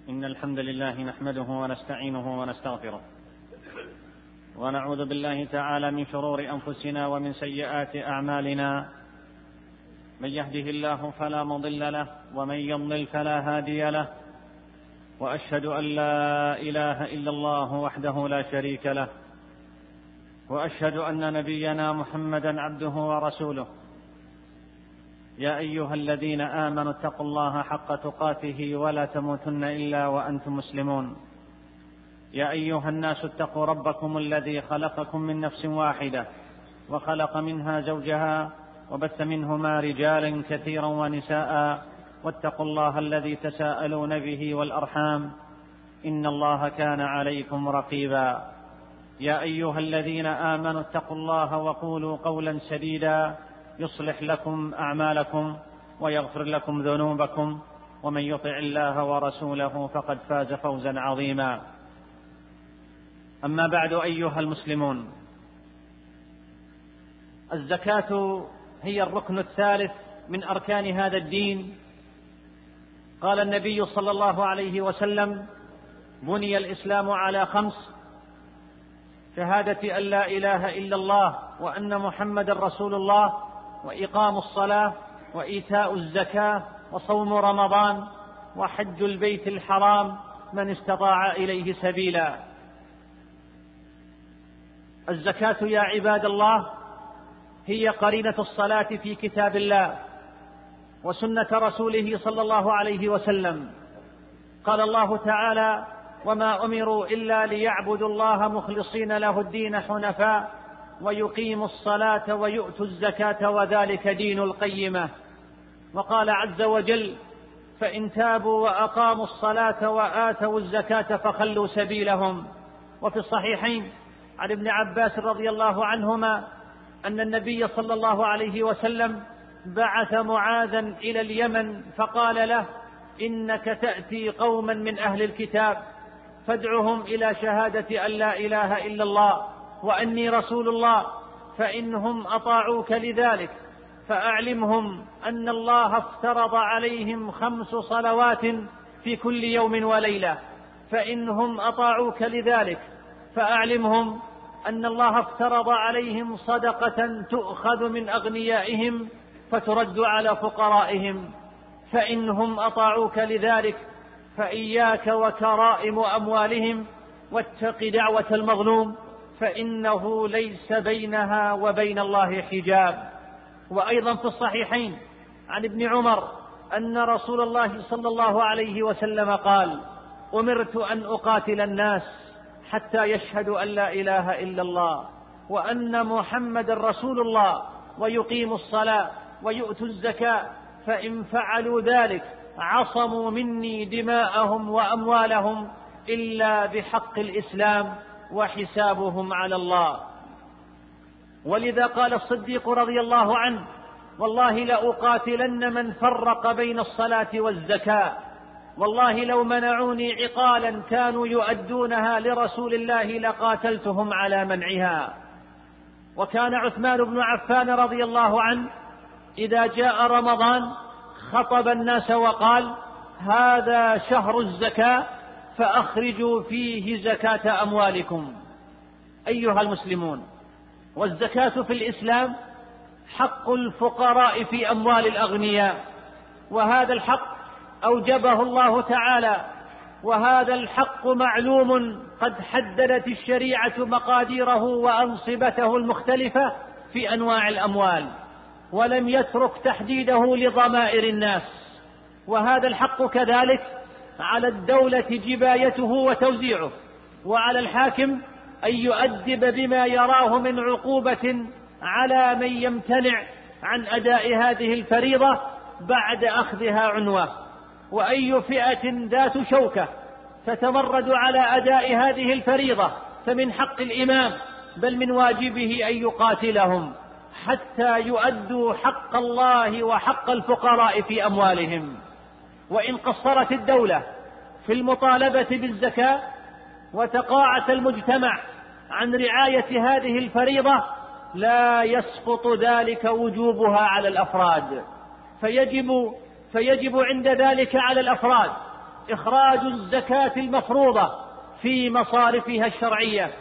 إن الحمد لله نحمده ونستعينه ونستغفره ونعوذ بالله تعالى من شرور أنفسنا ومن سيئات أعمالنا. من يهده الله فلا مضل له ومن يضلل فلا هادي له، وأشهد أن لا إله إلا الله وحده لا شريك له، وأشهد أن نبينا محمدا عبده ورسوله. يا أيها الذين آمنوا اتقوا الله حق تقاته ولا تموتن إلا وأنتم مسلمون. يا أيها الناس اتقوا ربكم الذي خلقكم من نفس واحدة وخلق منها زوجها وبث منهما رجالا كثيرا ونساء، واتقوا الله الذي تساءلون به والأرحام إن الله كان عليكم رقيبا. يا أيها الذين آمنوا اتقوا الله وقولوا قولا سديدا يصلح لكم أعمالكم ويغفر لكم ذنوبكم، ومن يطع الله ورسوله فقد فاز فوزا عظيما. أما بعد أيها المسلمون، الزكاة هي الركن الثالث من أركان هذا الدين. قال النبي صلى الله عليه وسلم: بني الإسلام على 5: شهادة أن لا إله إلا الله وأن محمد رسول الله، وإقام الصلاة، وإيتاء الزكاة، وصوم رمضان، وحج البيت الحرام من استطاع إليه سبيلا. الزكاة يا عباد الله هي قرينة الصلاة في كتاب الله وسنة رسوله صلى الله عليه وسلم. قال الله تعالى: وما أمروا إلا ليعبدوا الله مخلصين له الدين حنفاء ويقيموا الصلاة ويؤتوا الزكاة وذلك دين القيمة. وقال عز وجل: فإن تابوا وأقاموا الصلاة وآتوا الزكاة فخلوا سبيلهم. وفي الصحيحين عن ابن عباس رضي الله عنهما أن النبي صلى الله عليه وسلم بعث معاذا إلى اليمن فقال له: إنك تأتي قوما من أهل الكتاب فادعهم إلى شهادة أن لا إله إلا الله وأني رسول الله، فإنهم أطاعوك لذلك فأعلمهم أن الله افترض عليهم 5 صلوات في كل يوم وليلة، فإنهم أطاعوك لذلك فأعلمهم أن الله افترض عليهم صدقة تؤخذ من أغنيائهم فترد على فقرائهم، فإنهم أطاعوك لذلك فإياك وكرائم أموالهم واتق دعوة المظلوم فإنه ليس بينها وبين الله حجاب. وأيضا في الصحيحين عن ابن عمر أن رسول الله صلى الله عليه وسلم قال: أمرت أن أقاتل الناس حتى يشهدوا أن لا إله إلا الله وأن محمد رسول الله ويقيموا الصلاة ويؤتوا الزكاة، فإن فعلوا ذلك عصموا مني دماءهم وأموالهم إلا بحق الإسلام وحسابهم على الله. ولذا قال الصديق رضي الله عنه: والله لأقاتلن من فرق بين الصلاة والزكاة، والله لو منعوني عقالا كانوا يؤدونها لرسول الله لقاتلتهم على منعها. وكان عثمان بن عفان رضي الله عنه إذا جاء رمضان خطب الناس وقال: هذا شهر الزكاة فأخرجوا فيه زكاة أموالكم. أيها المسلمون، والزكاة في الإسلام حق الفقراء في أموال الأغنياء، وهذا الحق أوجبه الله تعالى، وهذا الحق معلوم قد حددت الشريعة مقاديره وأنصبته المختلفة في أنواع الأموال، ولم يترك تحديده لضمائر الناس. وهذا الحق كذلك على الدولة جبايته وتوزيعه، وعلى الحاكم أن يؤدب بما يراه من عقوبة على من يمتنع عن أداء هذه الفريضة بعد أخذها عنوة. وأي فئة ذات شوكة تتمرد على أداء هذه الفريضة فمن حق الإمام بل من واجبه أن يقاتلهم حتى يؤدوا حق الله وحق الفقراء في أموالهم. وإن قصرت الدولة في المطالبة بالزكاة وتقاعس المجتمع عن رعاية هذه الفريضة لا يسقط ذلك وجوبها على الأفراد، فيجب عند ذلك على الأفراد إخراج الزكاة المفروضة في مصارفها الشرعية.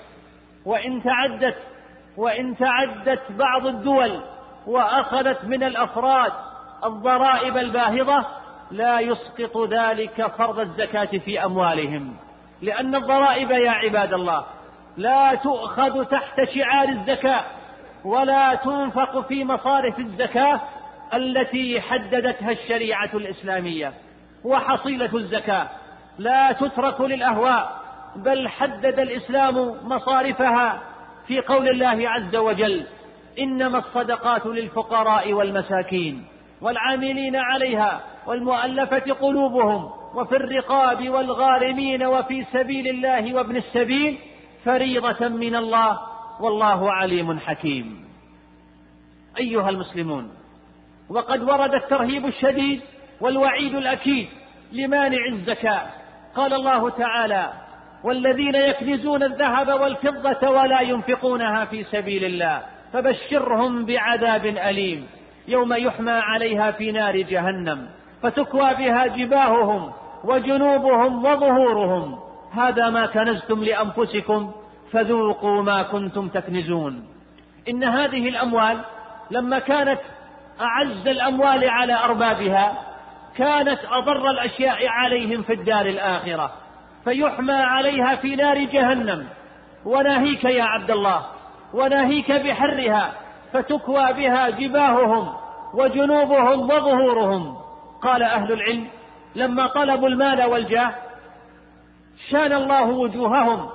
وإن تعدت بعض الدول وأخذت من الأفراد الضرائب الباهظة لا يسقط ذلك فرض الزكاة في أموالهم، لأن الضرائب يا عباد الله لا تؤخذ تحت شعار الزكاة ولا تنفق في مصارف الزكاة التي حددتها الشريعة الإسلامية. وحصيلة الزكاة لا تترك للأهواء، بل حدد الإسلام مصارفها في قول الله عز وجل: إنما الصدقات للفقراء والمساكين والعاملين عليها والمؤلفة قلوبهم وفي الرقاب والغارمين وفي سبيل الله وابن السبيل فريضة من الله والله عليم حكيم. أيها المسلمون، وقد ورد الترهيب الشديد والوعيد الأكيد لمانع الزكاة. قال الله تعالى: والذين يكنزون الذهب والفضة ولا ينفقونها في سبيل الله فبشرهم بعذاب أليم يوم يحمى عليها في نار جهنم فتكوى بها جباههم وجنوبهم وظهورهم هذا ما كنزتم لأنفسكم فذوقوا ما كنتم تكنزون. إن هذه الأموال لما كانت أعز الأموال على أربابها كانت أضر الأشياء عليهم في الدار الآخرة، فيحمى عليها في نار جهنم، وناهيك يا عبد الله وناهيك بحرها، فتكوى بها جباههم وجنوبهم وظهورهم. قال أهل العلم: لما طلبوا المال والجاه شان الله وجوههم،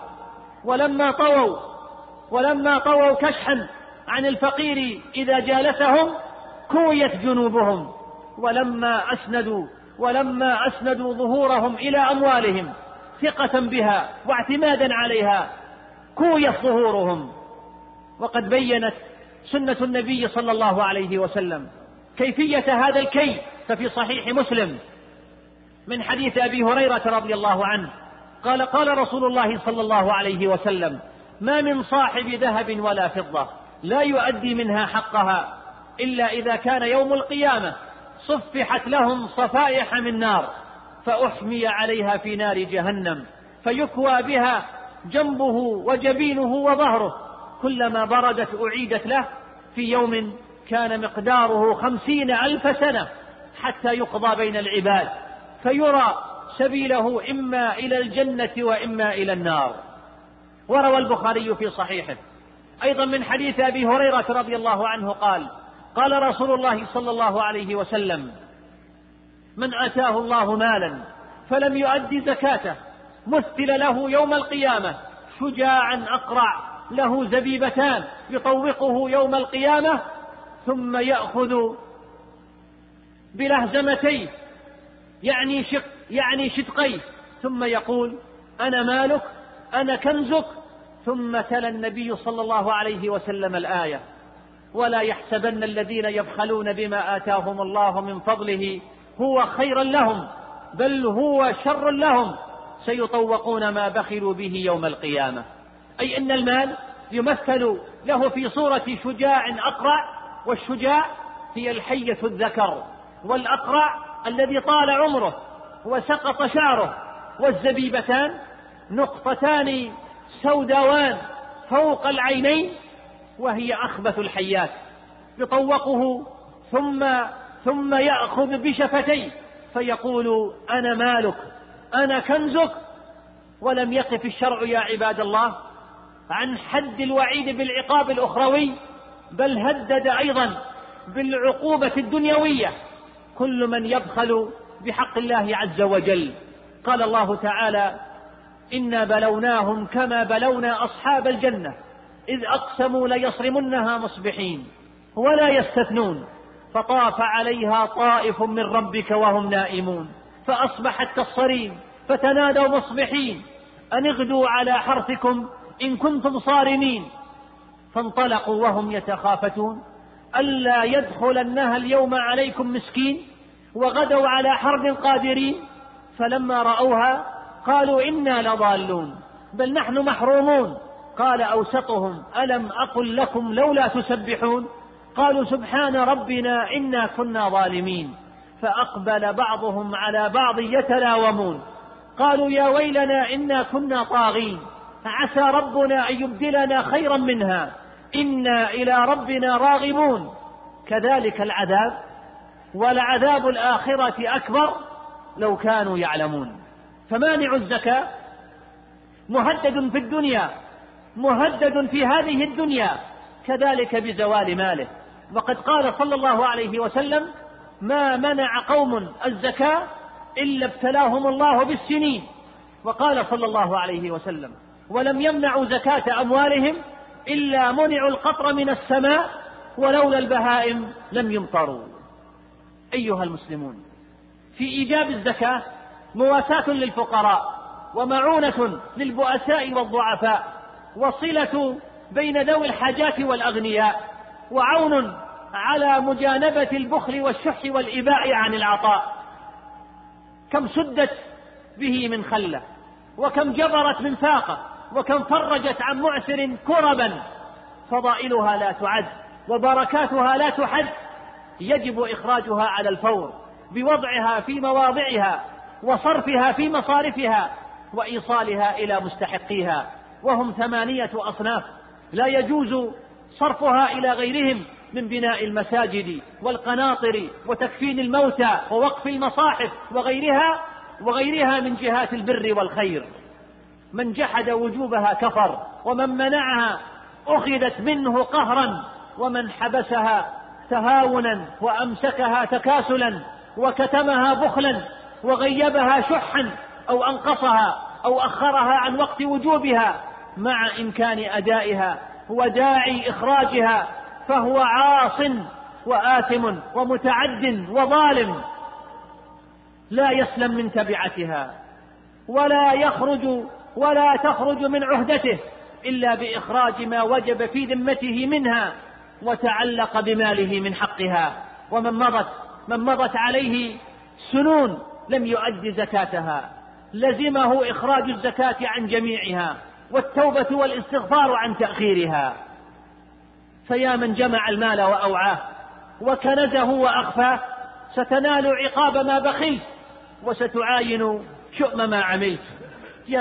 ولما طووا كشحا عن الفقير إذا جالسهم كويت جنوبهم، ولما أسندوا ظهورهم إلى أموالهم ثقة بها واعتمادا عليها كويت ظهورهم. وقد بينت سنة النبي صلى الله عليه وسلم كيفية هذا الكي، ففي صحيح مسلم من حديث أبي هريرة رضي الله عنه قال: قال رسول الله صلى الله عليه وسلم: ما من صاحب ذهب ولا فضة لا يؤدي منها حقها إلا إذا كان يوم القيامة صفحت لهم صفائح من نار فأحمي عليها في نار جهنم فيكوى بها جنبه وجبينه وظهره، كلما بردت أعيدت له في يوم كان مقداره 50,000 سنة حتى يقضى بين العباد فيرى سبيله إما إلى الجنة وإما إلى النار. وروى البخاري في صحيحه أيضا من حديث أبي هريرة رضي الله عنه قال: قال رسول الله صلى الله عليه وسلم: من آتاه الله مالا فلم يؤد زكاته مثل له يوم القيامة شجاعا أقرع له زبيبتان يطوقه يوم القيامة ثم يأخذ بلهزمتيه يعني شدقيه ثم يقول: أنا مالك أنا كنزك. ثم تلا النبي صلى الله عليه وسلم الآية: ولا يحسبن الذين يبخلون بما آتاهم الله من فضله هو خيرا لهم بل هو شر لهم سيطوقون ما بخلوا به يوم القيامة. أي أن المال يمثل له في صورة شجاع أقرع، والشجاع هي الحية الذكر، والأقرع الذي طال عمره وسقط شعره، والزبيبتان نقطتان سوداوان فوق العينين وهي أخبث الحيات، يطوقه ثم يأخذ بشفتيه فيقول: أنا مالك أنا كنزك. ولم يقف الشرع يا عباد الله عن حد الوعيد بالعقاب الأخروي، بل هدد أيضا بالعقوبة الدنيوية كل من يبخل بحق الله عز وجل. قال الله تعالى: إنا بلوناهم كما بلونا أصحاب الجنة إذ أقسموا ليصرمنها مصبحين ولا يستثنون فطاف عليها طائف من ربك وهم نائمون فأصبحت كالصريم فتنادوا مصبحين أن اغدوا على حرثكم إن كنتم صارمين فانطلقوا وهم يتخافتون ألا يدخلنها اليوم عليكم مسكين وغدوا على حرد قادرين فلما رأوها قالوا إنا لضالون بل نحن محرومون. قال أوسطهم: ألم أقل لكم لولا تسبحون؟ قالوا سبحان ربنا إنا كنا ظالمين. فأقبل بعضهم على بعض يتلاومون قالوا يا ويلنا إنا كنا طاغين عسى ربنا أن يبدلنا خيرا منها إنا إلى ربنا راغبون. كذلك العذاب، ولعذاب الآخرة أكبر لو كانوا يعلمون. فمانع الزكاة مهدد في الدنيا، مهدد في هذه الدنيا، كذلك بزوال ماله. وقد قال صلى الله عليه وسلم: ما منع قوم الزكاة إلا ابتلاهم الله بالسنين. وقال صلى الله عليه وسلم: ولم يمنعوا زكاة أموالهم إلا منعوا القطر من السماء ولولا البهائم لم يمطروا. أيها المسلمون، في إيجاب الزكاة مواساة للفقراء، ومعونة للبؤساء والضعفاء، وصلة بين ذوي الحاجات والأغنياء، وعون على مجانبة البخل والشح والإباء عن العطاء. كم سدت به من خلة، وكم جبرت من فاقة، وكم فرجت عن معسر كربا. فضائلها لا تعد وبركاتها لا تحد، يجب إخراجها على الفور بوضعها في مواضعها وصرفها في مصارفها وإيصالها إلى مستحقيها، وهم 8 أصناف لا يجوز صرفها إلى غيرهم من بناء المساجد والقناطر وتكفين الموتى ووقف المصاحف وغيرها من جهات البر والخير. من جحد وجوبها كفر، ومن منعها أخذت منه قهرا، ومن حبسها تهاونا وأمسكها تكاسلا وكتمها بخلا وغيبها شحا أو أنقصها أو أخرها عن وقت وجوبها مع إمكان أدائها وداعي إخراجها فهو عاص وآثم ومتعد وظالم، لا يسلم من تبعتها ولا تخرج من عهدته إلا بإخراج ما وجب في ذمته منها وتعلق بماله من حقها. ومن مضت عليه سنون لم يؤد زكاتها لزمه إخراج الزكاة عن جميعها والتوبة والاستغفار عن تأخيرها. فيا من جمع المال وأوعاه وكنزه وأخفاه، ستنال عقاب ما بخلت وستعاين شؤم ما عملت. يا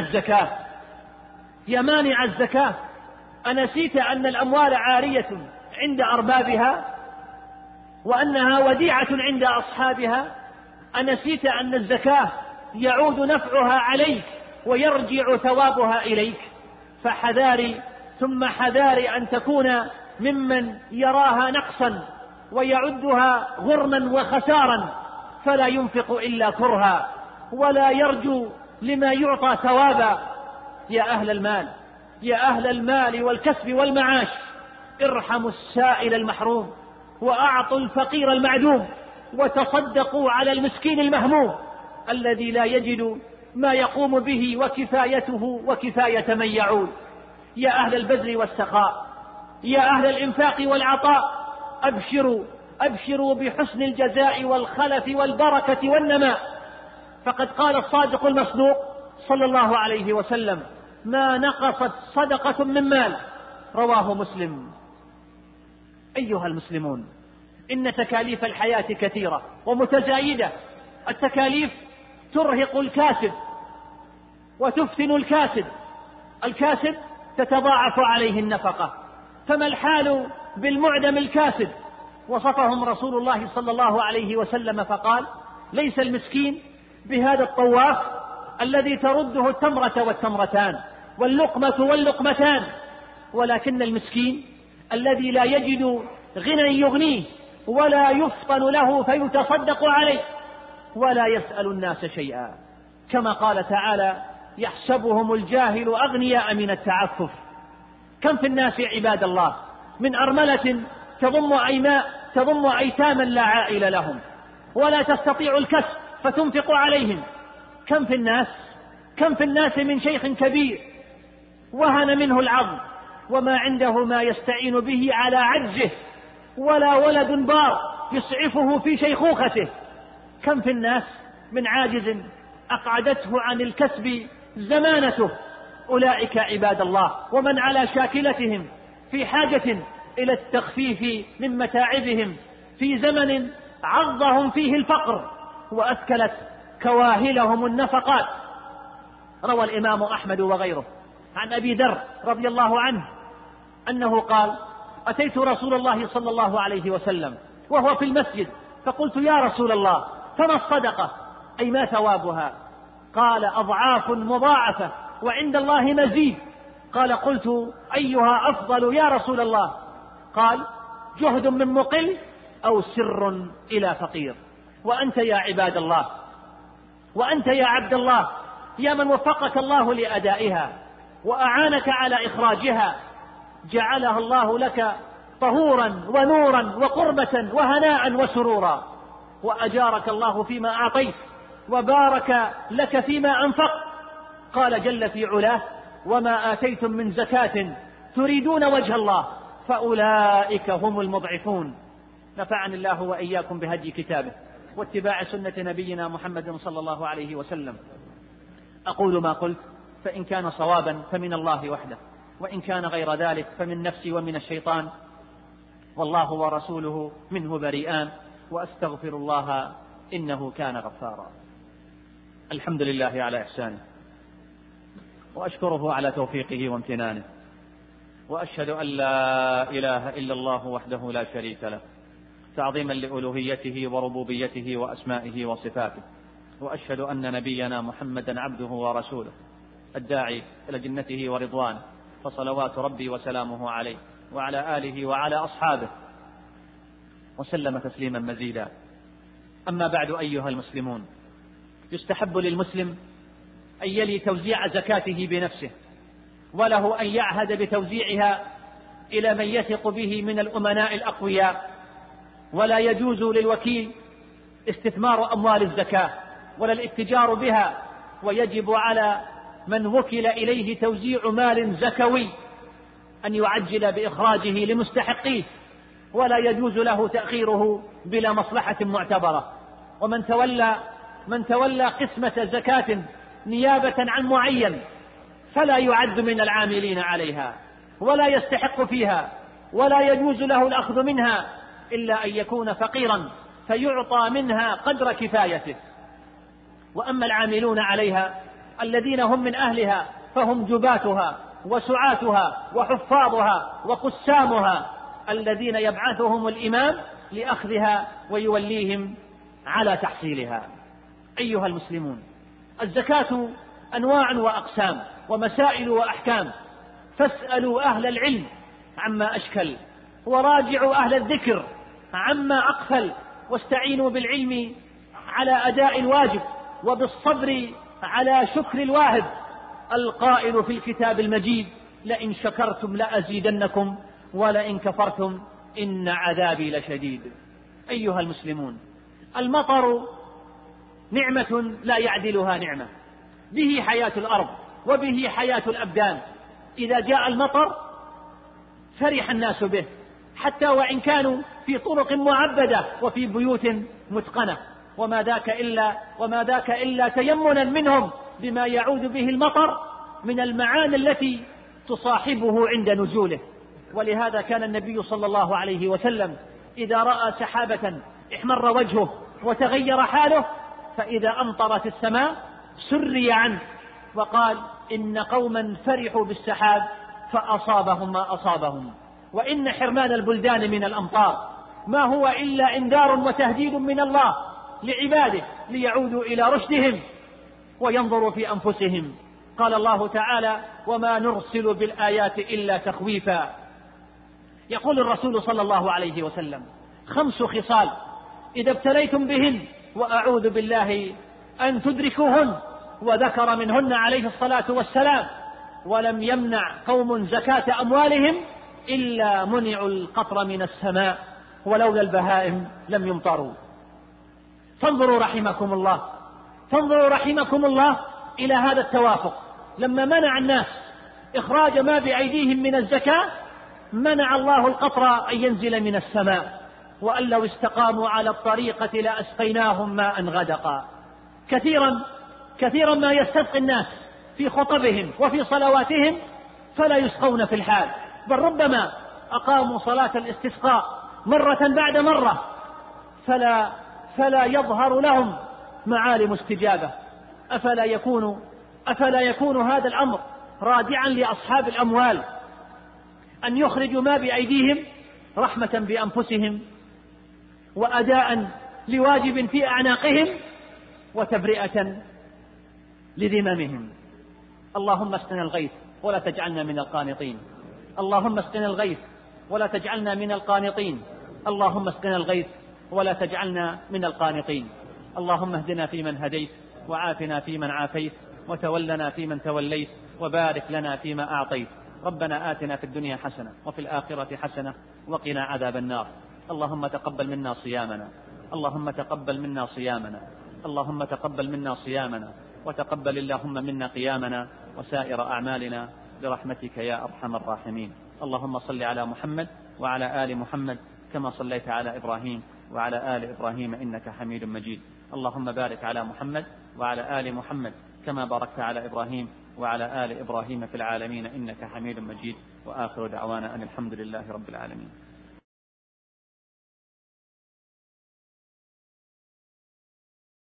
مانع الزكاة، أنسيت أن الأموال عارية عند أربابها وأنها وديعة عند أصحابها؟ أنسيت أن الزكاة يعود نفعها عليك ويرجع ثوابها إليك؟ فحذاري ثم حذاري أن تكون ممن يراها نقصا ويعدها غرما وخسارا، فلا ينفق إلا كرها ولا يرجو لما يعطى ثوابا. يا أهل المال والكسب والمعاش، ارحموا السائل المحروم وأعطوا الفقير المعدوم وتصدقوا على المسكين المهموم الذي لا يجد ما يقوم به وكفايته وكفاية من يعول. يا أهل البذل والسخاء، يا أهل الإنفاق والعطاء، أبشروا بحسن الجزاء والخلف والبركة والنماء. فقد قال الصادق المصدوق صلى الله عليه وسلم: ما نقصت صدقة من مال. رواه مسلم. أيها المسلمون، إن تكاليف الحياة كثيرة ومتزايدة. التكاليف ترهق الكاسب وتفتن الكاسب تتضاعف عليه النفقة. فما الحال بالمعدم الكاسب؟ وصفهم رسول الله صلى الله عليه وسلم فقال: ليس المسكين بهذا الطواف الذي ترده التمرة والتمرتان واللقمة واللقمتان، ولكن المسكين الذي لا يجد غنى يغنيه ولا يفطن له فيتصدق عليه ولا يسأل الناس شيئا. كما قال تعالى: يحسبهم الجاهل أغنياء من التعفف. كم في الناس عباد الله من أرملة تضم أيتاما لا عائل لهم ولا تستطيع الكسب فتنفق عليهم. كم في الناس من شيخ كبير وهن منه العظم وما عنده ما يستعين به على عجزه، ولا ولد بار يسعفه في شيخوخته. كم في الناس من عاجز أقعدته عن الكسب زمانته. أولئك عباد الله ومن على شاكلتهم في حاجة إلى التخفيف من متاعبهم في زمن عضهم فيه الفقر كواهلهم النفقات. روى الإمام أحمد وغيره عن أبي ذر رضي الله عنه أنه قال: أتيت رسول الله صلى الله عليه وسلم وهو في المسجد فقلت: يا رسول الله، فما الصدقة؟ أي ما ثوابها؟ قال: أضعاف مضاعفة وعند الله مزيد. قال: قلت: أيها أفضل يا رسول الله؟ قال: جهد من مقل أو سر إلى فقير. وأنت يا عباد الله، وأنت يا عبد الله، يا من وفقك الله لأدائها وأعانك على إخراجها، جعلها الله لك طهورا ونورا وقربة وهناء وسرورا، وأجارك الله فيما أعطيت وبارك لك فيما أنفقت. قال جل في علاه: وما آتيتم من زكاة تريدون وجه الله فأولئك هم المضعفون. نفعني الله وإياكم بهدي كتابه واتباع سنة نبينا محمد صلى الله عليه وسلم. أقول ما قلت، فإن كان صوابا فمن الله وحده، وإن كان غير ذلك فمن نفسي ومن الشيطان، والله ورسوله منه بريئان، وأستغفر الله إنه كان غفارا. الحمد لله على إحسانه، وأشكره على توفيقه وامتنانه، وأشهد أن لا إله إلا الله وحده لا شريك له، تعظيما لألوهيته وربوبيته وأسمائه وصفاته. وأشهد أن نبينا محمدا عبده ورسوله الداعي إلى جنته ورضوانه، فصلوات ربي وسلامه عليه وعلى آله وعلى أصحابه وسلم تسليما مزيدا. أما بعد، أيها المسلمون، يستحب للمسلم أن يلي توزيع زكاته بنفسه، وله أن يعهد بتوزيعها إلى من يثق به من الأمناء الأقوياء، ولا يجوز للوكيل استثمار أموال الزكاة ولا الاتجار بها، ويجب على من وكل إليه توزيع مال زكوي أن يعجل بإخراجه لمستحقيه، ولا يجوز له تأخيره بلا مصلحة معتبرة. ومن تولى قسمة زكاة نيابة عن معين فلا يعد من العاملين عليها ولا يستحق فيها، ولا يجوز له الأخذ منها إلا أن يكون فقيرا فيعطى منها قدر كفايته. وأما العاملون عليها الذين هم من أهلها فهم جباتها وسعاتها وحفاظها وقسامها، الذين يبعثهم الإمام لأخذها ويوليهم على تحصيلها. أيها المسلمون، الزكاة أنواع وأقسام ومسائل وأحكام، فاسألوا أهل العلم عما أشكل، وراجعوا أهل الذكر عما أقفل، واستعينوا بالعلم على أداء الواجب وبالصبر على شكر الواهب. القائل في الكتاب المجيد: لئن شكرتم لأزيدنكم ولئن كفرتم إن عذابي لشديد. أيها المسلمون، المطر نعمة لا يعدلها نعمة، به حياة الأرض وبه حياة الأبدان. إذا جاء المطر فرح الناس به، حتى وإن كانوا في طرق معبدة وفي بيوت متقنة، وما ذاك إلا تيمنا منهم بما يعود به المطر من المعاني التي تصاحبه عند نزوله. ولهذا كان النبي صلى الله عليه وسلم إذا رأى سحابة احمر وجهه وتغير حاله، فإذا أمطرت السماء سري عنه وقال: إن قوما فرحوا بالسحاب فأصابهم ما أصابهم. وإن حرمان البلدان من الأمطار ما هو إلا إنذار وتهديد من الله لعباده ليعودوا إلى رشدهم وينظروا في أنفسهم. قال الله تعالى: وما نرسل بالآيات إلا تخويفا. يقول الرسول صلى الله عليه وسلم: 5 خصال إذا ابتليتم بهن وأعوذ بالله أن تدركوهن، وذكر منهن عليه الصلاة والسلام: ولم يمنع قوم زكاة أموالهم إلا منعوا القطر من السماء ولولا البهائم لم يمطروا. فانظروا رحمكم الله إلى هذا التوافق. لما منع الناس إخراج ما بأيديهم من الزكاة، منع الله القطر أن ينزل من السماء، وأن لو استقاموا على الطريقة لأسقيناهم ماء غدقا. كثيرا ما يستسقي الناس في خطبهم وفي صلواتهم فلا يسقون في الحال، بل ربما أقاموا صلاة الاستسقاء مرة بعد مرة فلا يظهر لهم معالم استجابة. أفلا يكون هذا الأمر رادعا لأصحاب الأموال أن يخرجوا ما بأيديهم رحمة بأنفسهم وأداء لواجب في أعناقهم وتبرئة لذممهم. اللهم اسقنا الغيث ولا تجعلنا من القانطين. اللهم اسقنا الغيث ولا تجعلنا من القانطين. اللهم اسقنا الغيث ولا تجعلنا من القانطين. اللهم اهدنا فيمن هديت، وعافنا فيمن عافيت، وتولنا فيمن توليت، وبارك لنا فيما أعطيت. ربنا آتنا في الدنيا حسنة وفي الآخرة حسنة وقنا عذاب النار. اللهم تقبل منا صيامنا، اللهم تقبل منا صيامنا، اللهم تقبل منا صيامنا، وتقبل اللهم منا قيامنا وسائر أعمالنا برحمتك يا أرحم الراحمين. اللهم صل على محمد وعلى آل محمد كما صليت على إبراهيم وعلى آل إبراهيم إنك حميد مجيد. اللهم بارك على محمد وعلى آل محمد كما باركت على إبراهيم وعلى آل إبراهيم في العالمين إنك حميد مجيد. وآخر دعوانا أن الحمد لله رب العالمين.